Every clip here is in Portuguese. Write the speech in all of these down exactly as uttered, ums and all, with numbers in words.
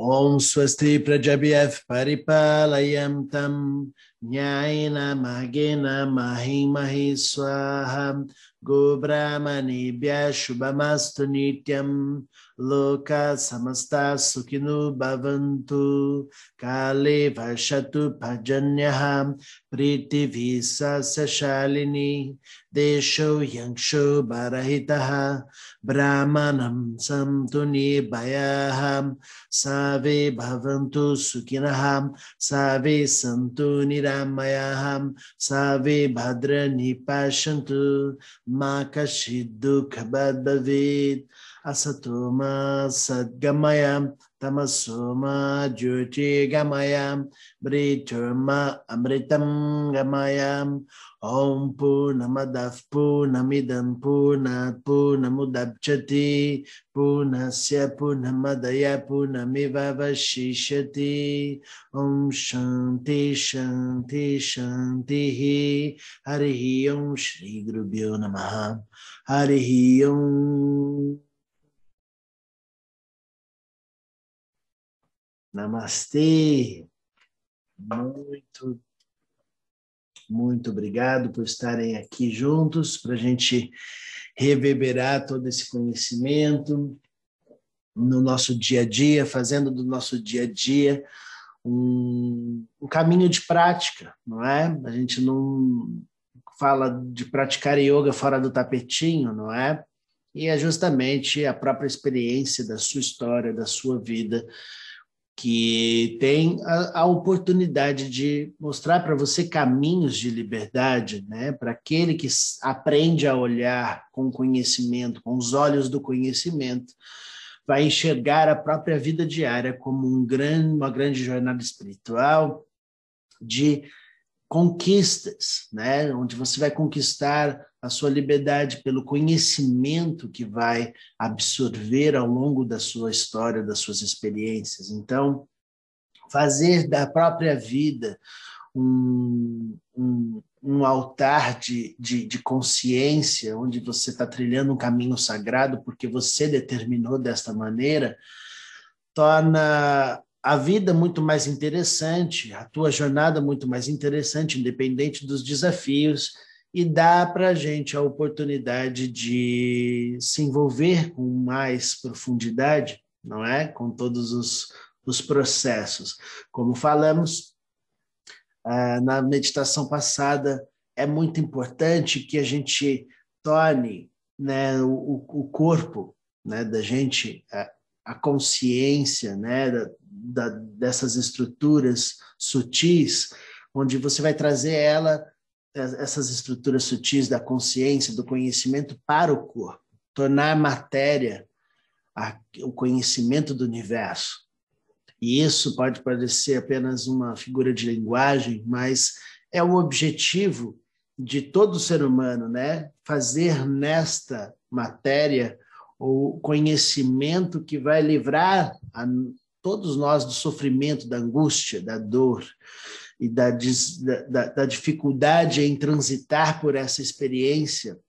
Om Swasti Prajabhyav Paripalayam Tam Nyayena Mahagena Mahimahi Swaha Go Brahmanebhya Shubhamastu Nityam Loka Samasta Sukhinu Bhavantu Kale Vashatu Pajanyaham Priti Visa Sashalini Desho Yangsho Barahitaha Brahmanam Samtuni Bayaham Save Bhavantu Sukhinaham Save Santu Niramayaham Save Bhadrani Pashantu Makashiddu Kabad Bhavid Asatoma Sadgamayam Tamasoma Jyoti Gamayam Briturma Amritam Gamayam Om Purnamadav Purnamidam Purnat Purnamudapchati Purnasya Purnamadaya Purnamiva Vashishati Om Shanti Shanti Shanti Harihi Om Shri Gurubhyo Namaha Harihi Om Namastê. Muito Muito obrigado por estarem aqui juntos, para a gente reverberar todo esse conhecimento no nosso dia a dia, fazendo do nosso dia a dia um, um caminho de prática, não é? A gente não fala de praticar yoga fora do tapetinho, não é? E é justamente a própria experiência da sua história, da sua vida, que tem a, a oportunidade de mostrar para você caminhos de liberdade, né? Para aquele que aprende a olhar com conhecimento, com os olhos do conhecimento, vai enxergar a própria vida diária como um grande, uma grande jornada espiritual de conquistas, né? Onde você vai conquistar a sua liberdade pelo conhecimento que vai absorver ao longo da sua história, das suas experiências. Então, fazer da própria vida um, um, um altar de, de, de consciência, onde você está trilhando um caminho sagrado, porque você determinou desta maneira, torna a vida muito mais interessante, a tua jornada muito mais interessante, independente dos desafios, e dá para a gente a oportunidade de se envolver com mais profundidade, não é? Com todos os, os processos. Como falamos ah, na meditação passada, é muito importante que a gente torne, né, o, o corpo, né, da gente, a, a consciência, né, da, da, dessas estruturas sutis, onde você vai trazer ela, essas estruturas sutis da consciência, do conhecimento para o corpo, tornar matéria a, o conhecimento do universo. E isso pode parecer apenas uma figura de linguagem, mas é o objetivo de todo ser humano, né? Fazer nesta matéria o conhecimento que vai livrar a todos nós do sofrimento, da angústia, da dor, e da, da, da dificuldade em transitar por essa experiência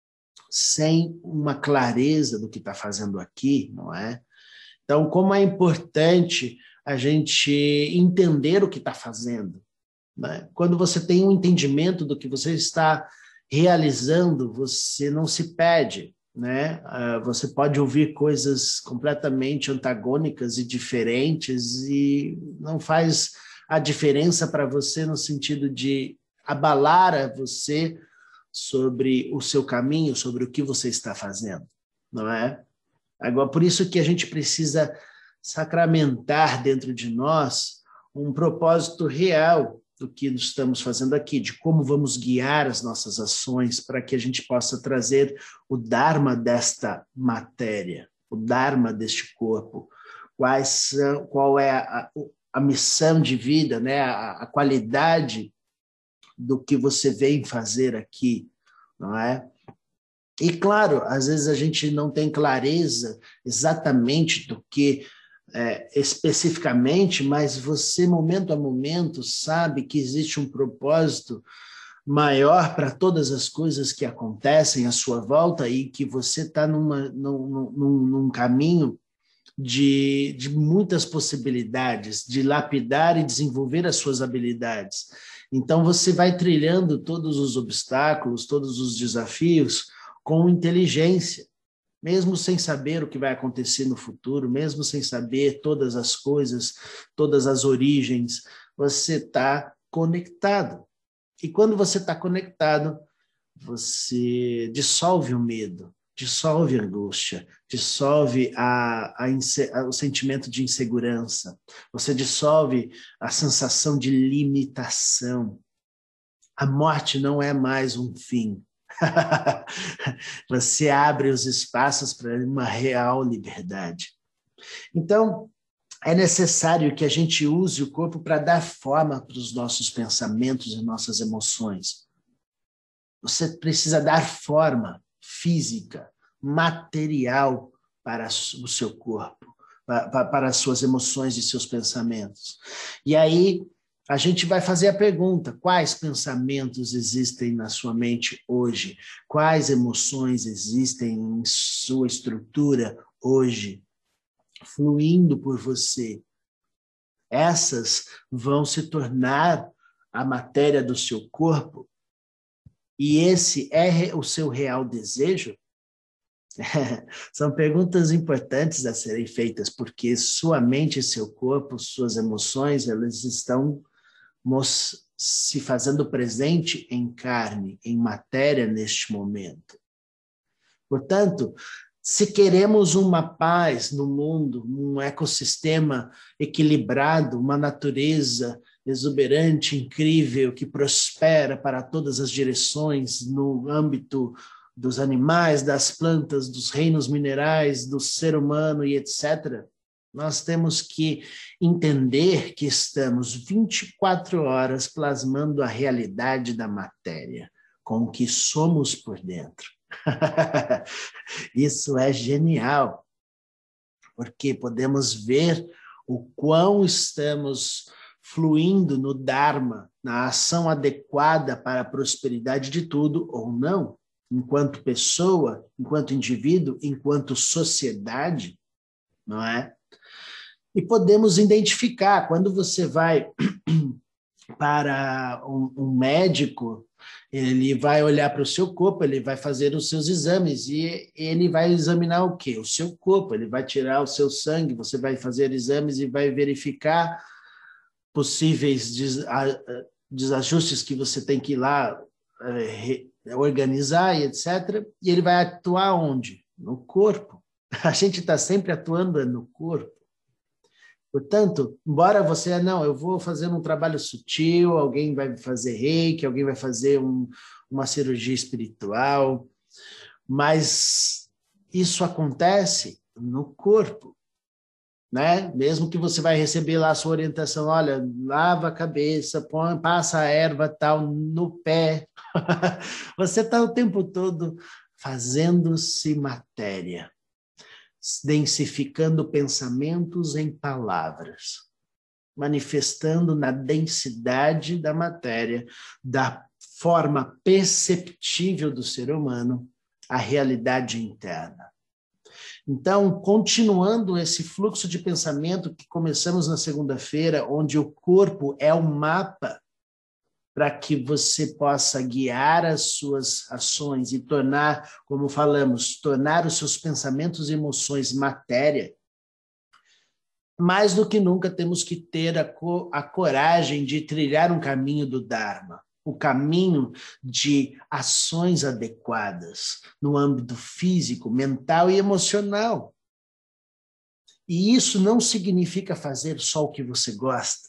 sem uma clareza do que está fazendo aqui, não é? Então, como é importante a gente entender o que está fazendo, né? Quando você tem um entendimento do que você está realizando, você não se perde, né? Você pode ouvir coisas completamente antagônicas e diferentes e não faz a diferença para você no sentido de abalar a você sobre o seu caminho, sobre o que você está fazendo, não é? Agora, por isso que a gente precisa sacramentar dentro de nós um propósito real do que estamos fazendo aqui, de como vamos guiar as nossas ações para que a gente possa trazer o Dharma desta matéria, o Dharma deste corpo, quais são, qual é a, a missão de vida, né? a, a qualidade do que você vem fazer aqui, não é? E, claro, às vezes a gente não tem clareza exatamente do que é, especificamente, mas você, momento a momento, sabe que existe um propósito maior para todas as coisas que acontecem à sua volta e que você está num, num, num caminho de, de muitas possibilidades, de lapidar e desenvolver as suas habilidades. Então, você vai trilhando todos os obstáculos, todos os desafios com inteligência, mesmo sem saber o que vai acontecer no futuro, mesmo sem saber todas as coisas, todas as origens, você está conectado. E quando você está conectado, você dissolve o medo, dissolve a angústia, dissolve a, a, a, o sentimento de insegurança, você dissolve a sensação de limitação. A morte não é mais um fim. Você abre os espaços para uma real liberdade. Então, é necessário que a gente use o corpo para dar forma para os nossos pensamentos e nossas emoções. Você precisa dar forma física, material para o seu corpo, para as suas emoções e seus pensamentos. E aí a gente vai fazer a pergunta: quais pensamentos existem na sua mente hoje? Quais emoções existem em sua estrutura hoje, fluindo por você? Essas vão se tornar a matéria do seu corpo. E esse é o seu real desejo? São perguntas importantes a serem feitas, porque sua mente e seu corpo, suas emoções, elas estão se fazendo presente em carne, em matéria neste momento. Portanto, se queremos uma paz no mundo, um ecossistema equilibrado, uma natureza exuberante, incrível, que prospera para todas as direções no âmbito dos animais, das plantas, dos reinos minerais, do ser humano e etcétera, nós temos que entender que estamos vinte e quatro horas plasmando a realidade da matéria, com o que somos por dentro. Isso é genial, porque podemos ver o quão estamos fluindo no Dharma, na ação adequada para a prosperidade de tudo ou não, enquanto pessoa, enquanto indivíduo, enquanto sociedade, não é? E podemos identificar, quando você vai para um, um médico, ele vai olhar para o seu corpo, ele vai fazer os seus exames e ele vai examinar o quê? O seu corpo, ele vai tirar o seu sangue, você vai fazer exames e vai verificar possíveis desajustes que você tem que ir lá organizar e etcétera. E ele vai atuar onde? No corpo. A gente está sempre atuando no corpo. Portanto, embora você, não, eu vou fazer um trabalho sutil, alguém vai fazer reiki, alguém vai fazer um, uma cirurgia espiritual, mas isso acontece no corpo, né? Mesmo que você vai receber lá a sua orientação, olha, lava a cabeça, põe, passa a erva tal no pé, você está o tempo todo fazendo-se matéria, densificando pensamentos em palavras, manifestando na densidade da matéria, da forma perceptível do ser humano, a realidade interna. Então, continuando esse fluxo de pensamento que começamos na segunda-feira, onde o corpo é o mapa para que você possa guiar as suas ações e tornar, como falamos, tornar os seus pensamentos e emoções matéria. Mais do que nunca temos que ter a, co- a coragem de trilhar um caminho do Dharma, o caminho de ações adequadas no âmbito físico, mental e emocional. E isso não significa fazer só o que você gosta.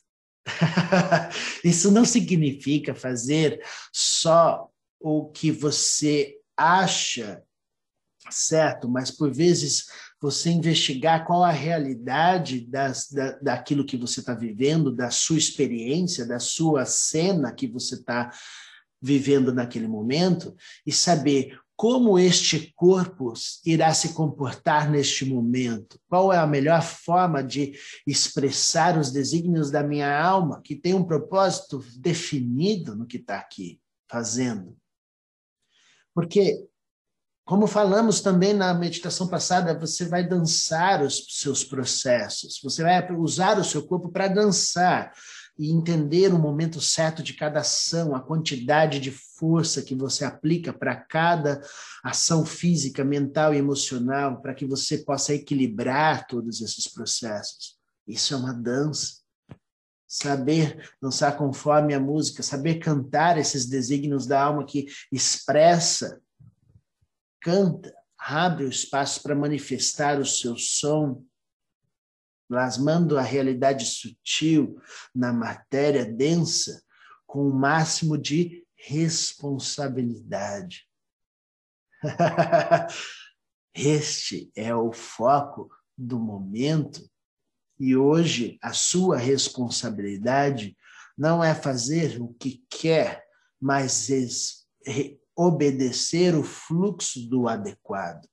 Isso não significa fazer só o que você acha certo, mas por vezes você investigar qual a realidade das, da, daquilo que você está vivendo, da sua experiência, da sua cena que você está vivendo naquele momento e saber como este corpo irá se comportar neste momento, qual é a melhor forma de expressar os desígnios da minha alma, que tem um propósito definido no que está aqui fazendo. Porque Como falamos também na meditação passada, você vai dançar os seus processos, você vai usar o seu corpo para dançar e entender o momento certo de cada ação, a quantidade de força que você aplica para cada ação física, mental e emocional, para que você possa equilibrar todos esses processos. Isso é uma dança. Saber dançar conforme a música, saber cantar esses desígnios da alma que expressa, canta, abre o espaço para manifestar o seu som, plasmando a realidade sutil na matéria densa com o máximo de responsabilidade. Este é o foco do momento e hoje a sua responsabilidade não é fazer o que quer, mas obedecer o fluxo do adequado.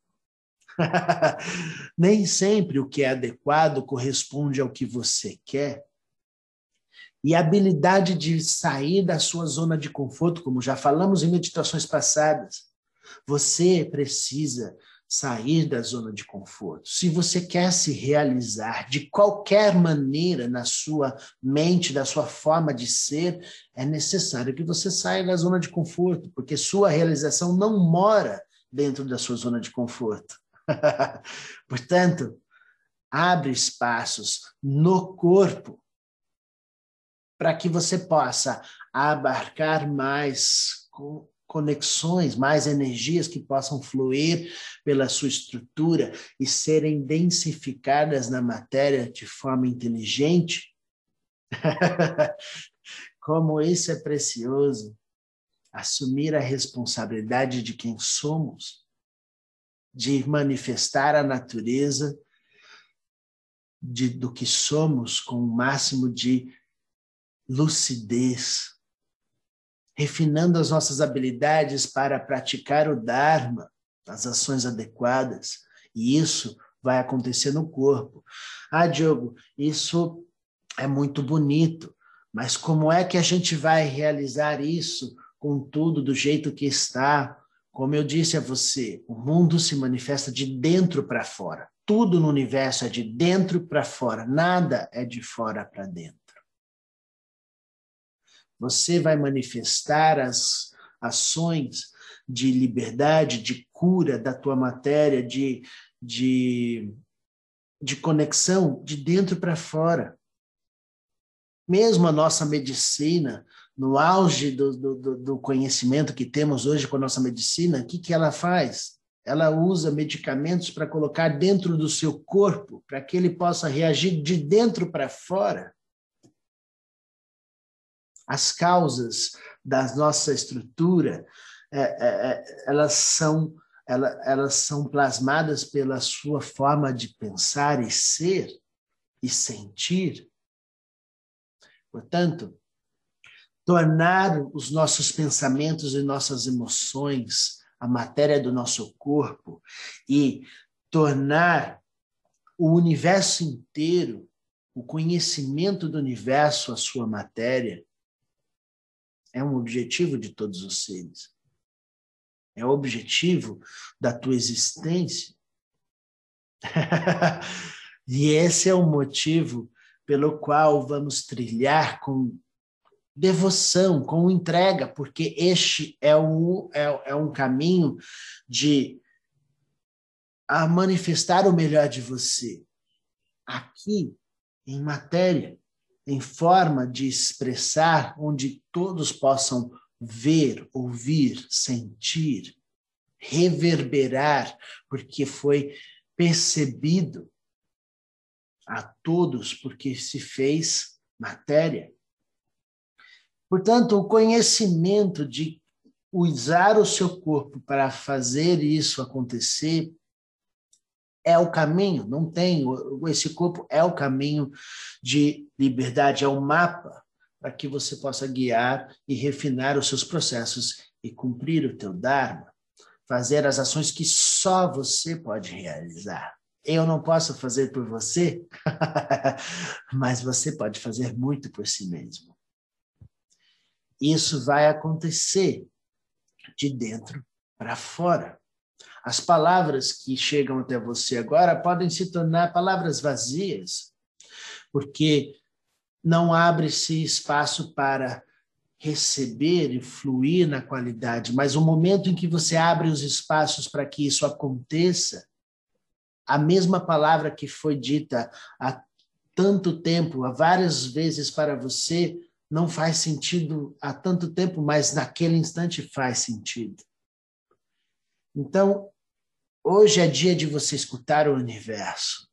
Nem sempre o que é adequado corresponde ao que você quer. E a habilidade de sair da sua zona de conforto, como já falamos em meditações passadas, você precisa sair da zona de conforto. Se você quer se realizar de qualquer maneira na sua mente, da sua forma de ser, é necessário que você saia da zona de conforto, porque sua realização não mora dentro da sua zona de conforto. Portanto, abre espaços no corpo para que você possa abarcar mais conexões, mais energias que possam fluir pela sua estrutura e serem densificadas na matéria de forma inteligente. Como isso é precioso, assumir a responsabilidade de quem somos, de manifestar a natureza de, do que somos com o máximo de lucidez, refinando as nossas habilidades para praticar o Dharma, as ações adequadas. E isso vai acontecer no corpo. Ah, Diogo, isso é muito bonito, mas como é que a gente vai realizar isso com tudo do jeito que está? Como eu disse a você, o mundo se manifesta de dentro para fora. Tudo no universo é de dentro para fora, nada é de fora para dentro. Você vai manifestar as ações de liberdade, de cura da tua matéria, de, de, de conexão de dentro para fora. Mesmo a nossa medicina, no auge do, do, do conhecimento que temos hoje com a nossa medicina, o que, que ela faz? Ela usa medicamentos para colocar dentro do seu corpo, para que ele possa reagir de dentro para fora. As causas da nossa estrutura, é, é, elas, são, ela, elas são plasmadas pela sua forma de pensar e ser e sentir. Portanto, tornar os nossos pensamentos e nossas emoções a matéria do nosso corpo e tornar o universo inteiro, o conhecimento do universo a sua matéria, é um objetivo de todos os seres. É o objetivo da tua existência. E esse é o motivo pelo qual vamos trilhar com devoção, com entrega, porque este é um, é, é um caminho de a manifestar o melhor de você. Aqui, em matéria, em forma de expressar, onde todos possam ver, ouvir, sentir, reverberar, porque foi percebido a todos, porque se fez matéria. Portanto, o conhecimento de usar o seu corpo para fazer isso acontecer é o caminho, não tem, esse corpo é o caminho de liberdade, é o mapa para que você possa guiar e refinar os seus processos e cumprir o teu Dharma, fazer as ações que só você pode realizar. Eu não posso fazer por você, mas você pode fazer muito por si mesmo. Isso vai acontecer de dentro para fora. As palavras que chegam até você agora podem se tornar palavras vazias, porque não abre-se espaço para receber e fluir na qualidade, mas o momento em que você abre os espaços para que isso aconteça, a mesma palavra que foi dita há tanto tempo, há várias vezes para você, não faz sentido há tanto tempo, mas naquele instante faz sentido. Então, hoje é dia de você escutar o universo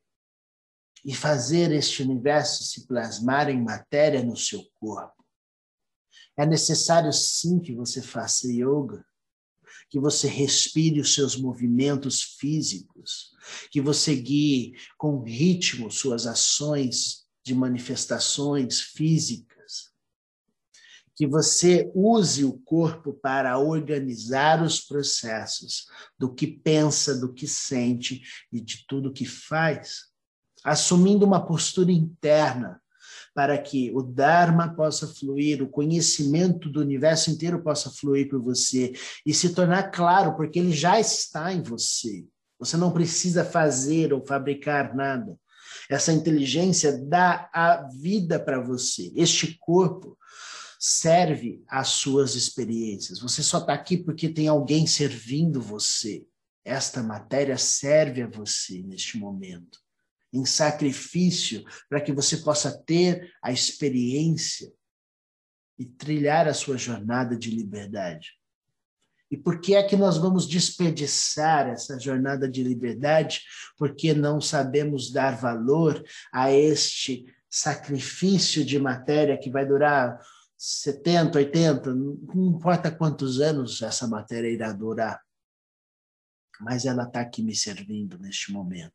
e fazer este universo se plasmar em matéria no seu corpo. É necessário sim que você faça yoga, que você respire os seus movimentos físicos, que você guie com ritmo suas ações de manifestações físicas, que você use o corpo para organizar os processos do que pensa, do que sente e de tudo que faz, assumindo uma postura interna para que o Dharma possa fluir, o conhecimento do universo inteiro possa fluir por você e se tornar claro, porque ele já está em você. Você não precisa fazer ou fabricar nada. Essa inteligência dá a vida para você. Este corpo serve às suas experiências. Você só está aqui porque tem alguém servindo você. Esta matéria serve a você neste momento, em sacrifício, para que você possa ter a experiência e trilhar a sua jornada de liberdade. E por que é que nós vamos desperdiçar essa jornada de liberdade? Porque não sabemos dar valor a este sacrifício de matéria que vai durar setenta, oitenta, não importa quantos anos essa matéria irá durar. Mas ela está aqui me servindo neste momento,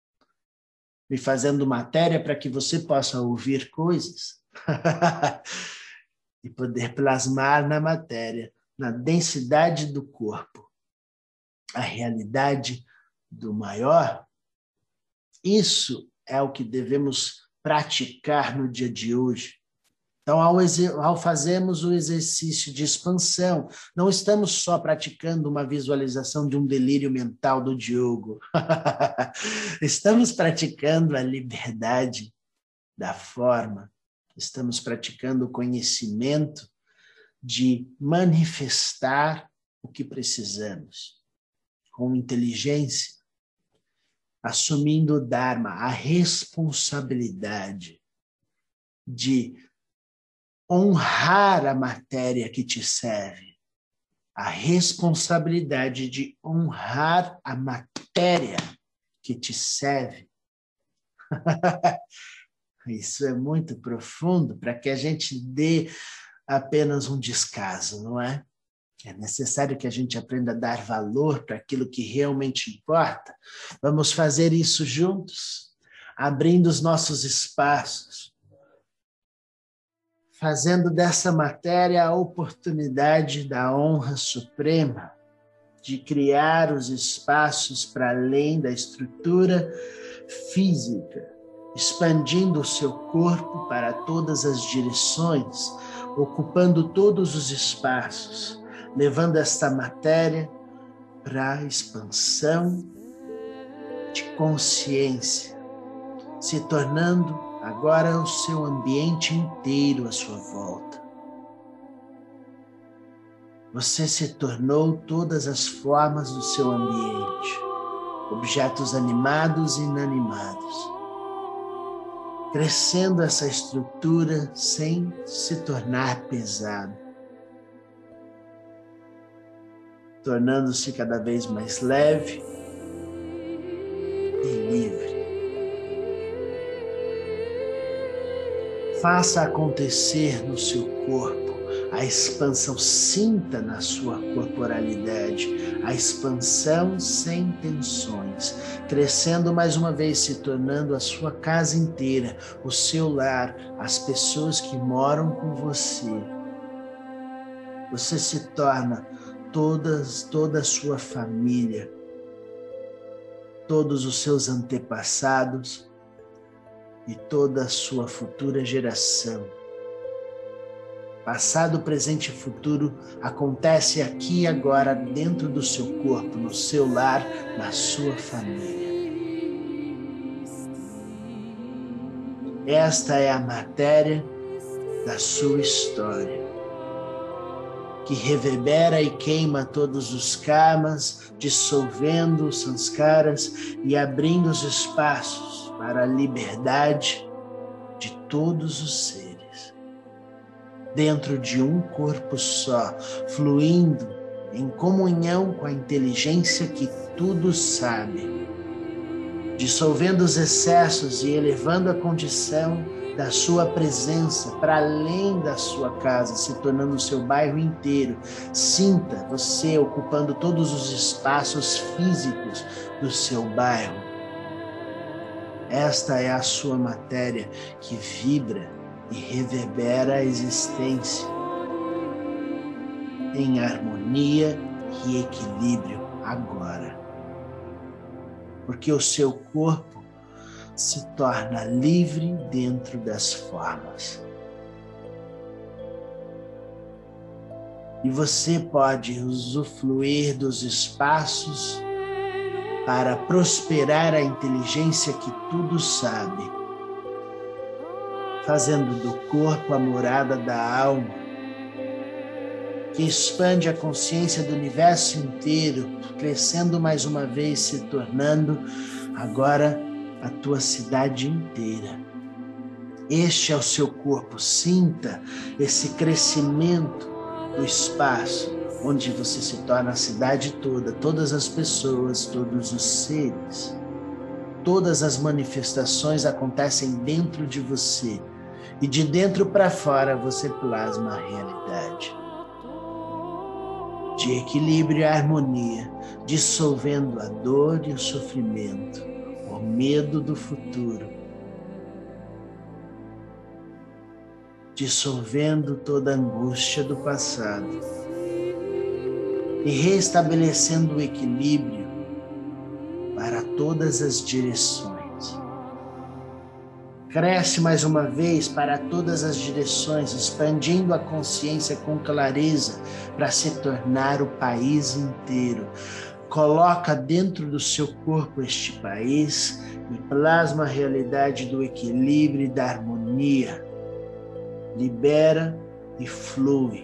me fazendo matéria para que você possa ouvir coisas e poder plasmar na matéria, na densidade do corpo, a realidade do maior. Isso é o que devemos praticar no dia de hoje. Então, ao, ao fazermos o exercício de expansão, não estamos só praticando uma visualização de um delírio mental do Diogo. Estamos praticando a liberdade da forma. Estamos praticando o conhecimento de manifestar o que precisamos, com inteligência, assumindo o Dharma, a responsabilidade de honrar a matéria que te serve, a responsabilidade de honrar a matéria que te serve. Isso é muito profundo para que a gente dê apenas um descaso, não é? É necessário que a gente aprenda a dar valor para aquilo que realmente importa. Vamos fazer isso juntos, abrindo os nossos espaços, fazendo dessa matéria a oportunidade da honra suprema, de criar os espaços para além da estrutura física, expandindo o seu corpo para todas as direções, ocupando todos os espaços, levando esta matéria para a expansão de consciência, se tornando agora o seu ambiente inteiro à sua volta. Você se tornou todas as formas do seu ambiente, objetos animados e inanimados, crescendo essa estrutura sem se tornar pesado, tornando-se cada vez mais leve e livre. Faça acontecer no seu corpo a expansão, sinta na sua corporalidade a expansão sem tensões, crescendo mais uma vez, se tornando a sua casa inteira, o seu lar, as pessoas que moram com você. Você se torna todas, toda a sua família, todos os seus antepassados e toda a sua futura geração. Passado, presente e futuro acontece aqui e agora dentro do seu corpo, no seu lar, na sua família. Esta é a matéria da sua história, que reverbera e queima todos os karmas, dissolvendo os sanskaras e abrindo os espaços para a liberdade de todos os seres, dentro de um corpo só, fluindo em comunhão com a inteligência que tudo sabe, dissolvendo os excessos e elevando a condição da sua presença para além da sua casa, se tornando o seu bairro inteiro. Sinta você ocupando todos os espaços físicos do seu bairro. Esta é a sua matéria que vibra e reverbera a existência em harmonia e equilíbrio agora. Porque o seu corpo se torna livre dentro das formas. E você pode usufruir dos espaços para prosperar a inteligência que tudo sabe, fazendo do corpo a morada da alma, que expande a consciência do universo inteiro, crescendo mais uma vez, se tornando agora a tua cidade inteira. Este é o seu corpo. Sinta esse crescimento do espaço, onde você se torna a cidade toda, todas as pessoas, todos os seres. Todas as manifestações acontecem dentro de você, e de dentro para fora você plasma a realidade de equilíbrio e harmonia, dissolvendo a dor e o sofrimento, o medo do futuro, dissolvendo toda a angústia do passado e restabelecendo o equilíbrio para todas as direções. Cresce mais uma vez para todas as direções, expandindo a consciência com clareza para se tornar o país inteiro. Coloca dentro do seu corpo este país e plasma a realidade do equilíbrio e da harmonia. Libera e flui,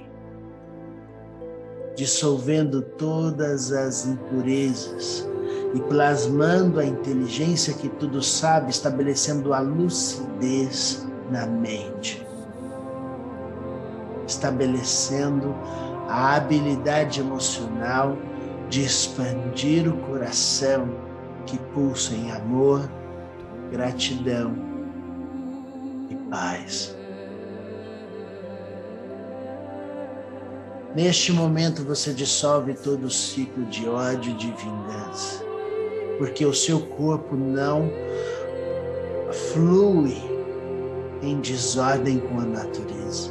dissolvendo todas as impurezas e plasmando a inteligência que tudo sabe, estabelecendo a lucidez na mente, estabelecendo a habilidade emocional de expandir o coração que pulsa em amor, gratidão e paz. Neste momento você dissolve todo o ciclo de ódio e de vingança, porque o seu corpo não flui em desordem com a natureza.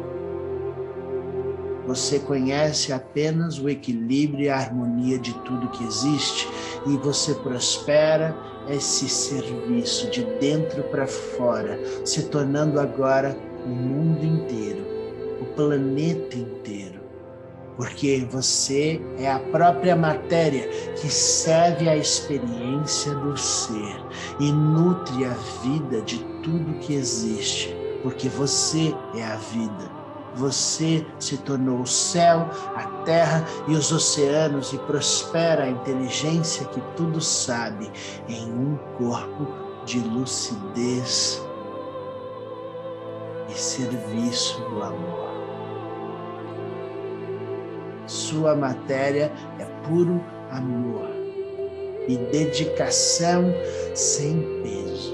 Você conhece apenas o equilíbrio e a harmonia de tudo que existe, e você prospera esse serviço de dentro para fora, se tornando agora o mundo inteiro, o planeta inteiro. Porque você é a própria matéria que serve à experiência do ser e nutre a vida de tudo que existe, porque você é a vida. Você se tornou o céu, a terra e os oceanos e prospera a inteligência que tudo sabe em um corpo de lucidez e serviço do amor. Sua matéria é puro amor e dedicação sem peso.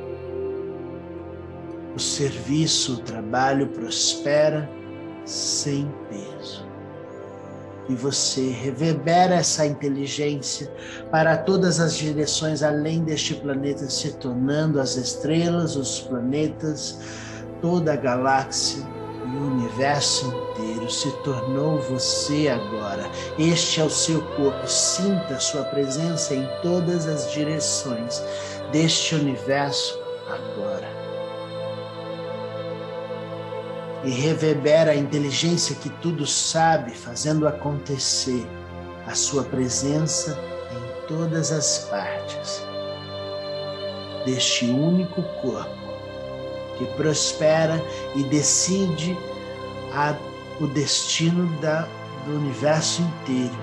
O serviço, o trabalho prospera sem peso. E você reverbera essa inteligência para todas as direções além deste planeta, se tornando as estrelas, os planetas, toda a galáxia e o universo inteiro se tornou você agora. Este é o seu corpo. Sinta sua presença em todas as direções deste universo agora. e reverbera a inteligência que tudo sabe, fazendo acontecer a sua presença em todas as partes deste único corpo que prospera e decide a, o destino da, do universo inteiro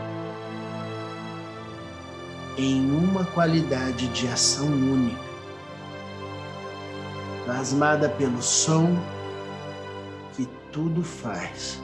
em uma qualidade de ação única, plasmada pelo som que tudo faz.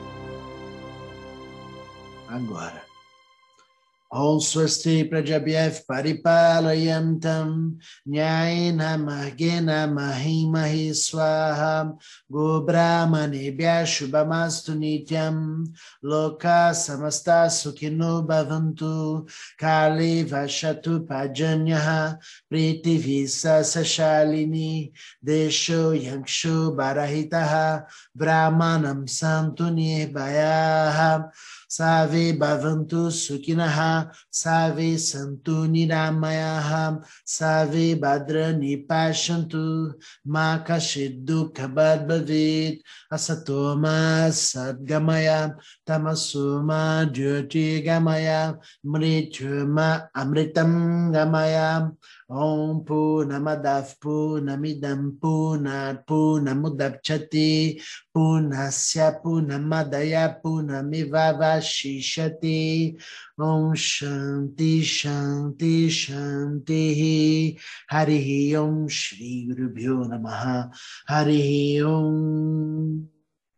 Agora. Om Swasti Prajabhyav Paripalayantam Nyayena Mahgena Mahimahi Swaha Go Brahmanebhya Shubhamastu Nityam Loka Samasta Sukhino Bhavantu Kali Vashatu Pajanyaha Pritivisa Sashalini Desho Yangshu Barahitaha Brahmanam Santu Nirbhayaha Save Bhavantu Sukhinaha, Save Santu Niramayaha, Save Bhadrani Pashantu, Makashiddu Kabadbhavid, Asatoma Sadgamaya, Tamasuma Jyoti Gamaya, Mrityuma Amritam Gamaya, Om Purnamadav Purnamidam Purnat Purnamudapchati, Purnasya Purnamadaya Purnamivavashishati. Om Shanti Shanti Shanti. Harihi Om Shri Gurubhyo Namaha. Harihi Om.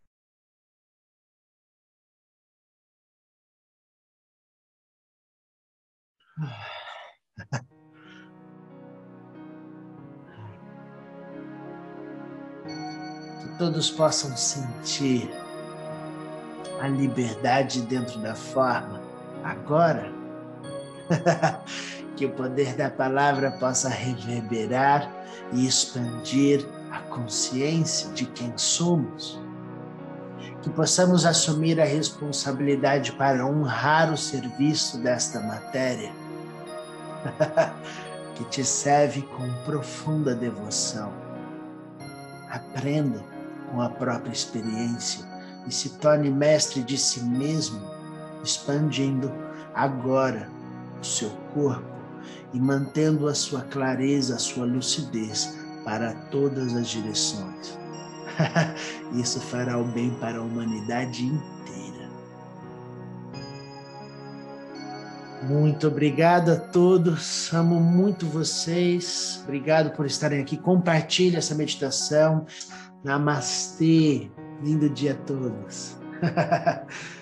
Que todos possam sentir a liberdade dentro da forma agora. Que o poder da palavra possa reverberar e expandir a consciência de quem somos. Que possamos assumir a responsabilidade para honrar o serviço desta matéria, que te serve com profunda devoção. Aprenda com a própria experiência e se torne mestre de si mesmo, expandindo agora o seu corpo e mantendo a sua clareza, a sua lucidez para todas as direções. Isso fará o bem para a humanidade inteira. Muito obrigado a todos, amo muito vocês, obrigado por estarem aqui, compartilhe essa meditação. Namastê, lindo dia a todos.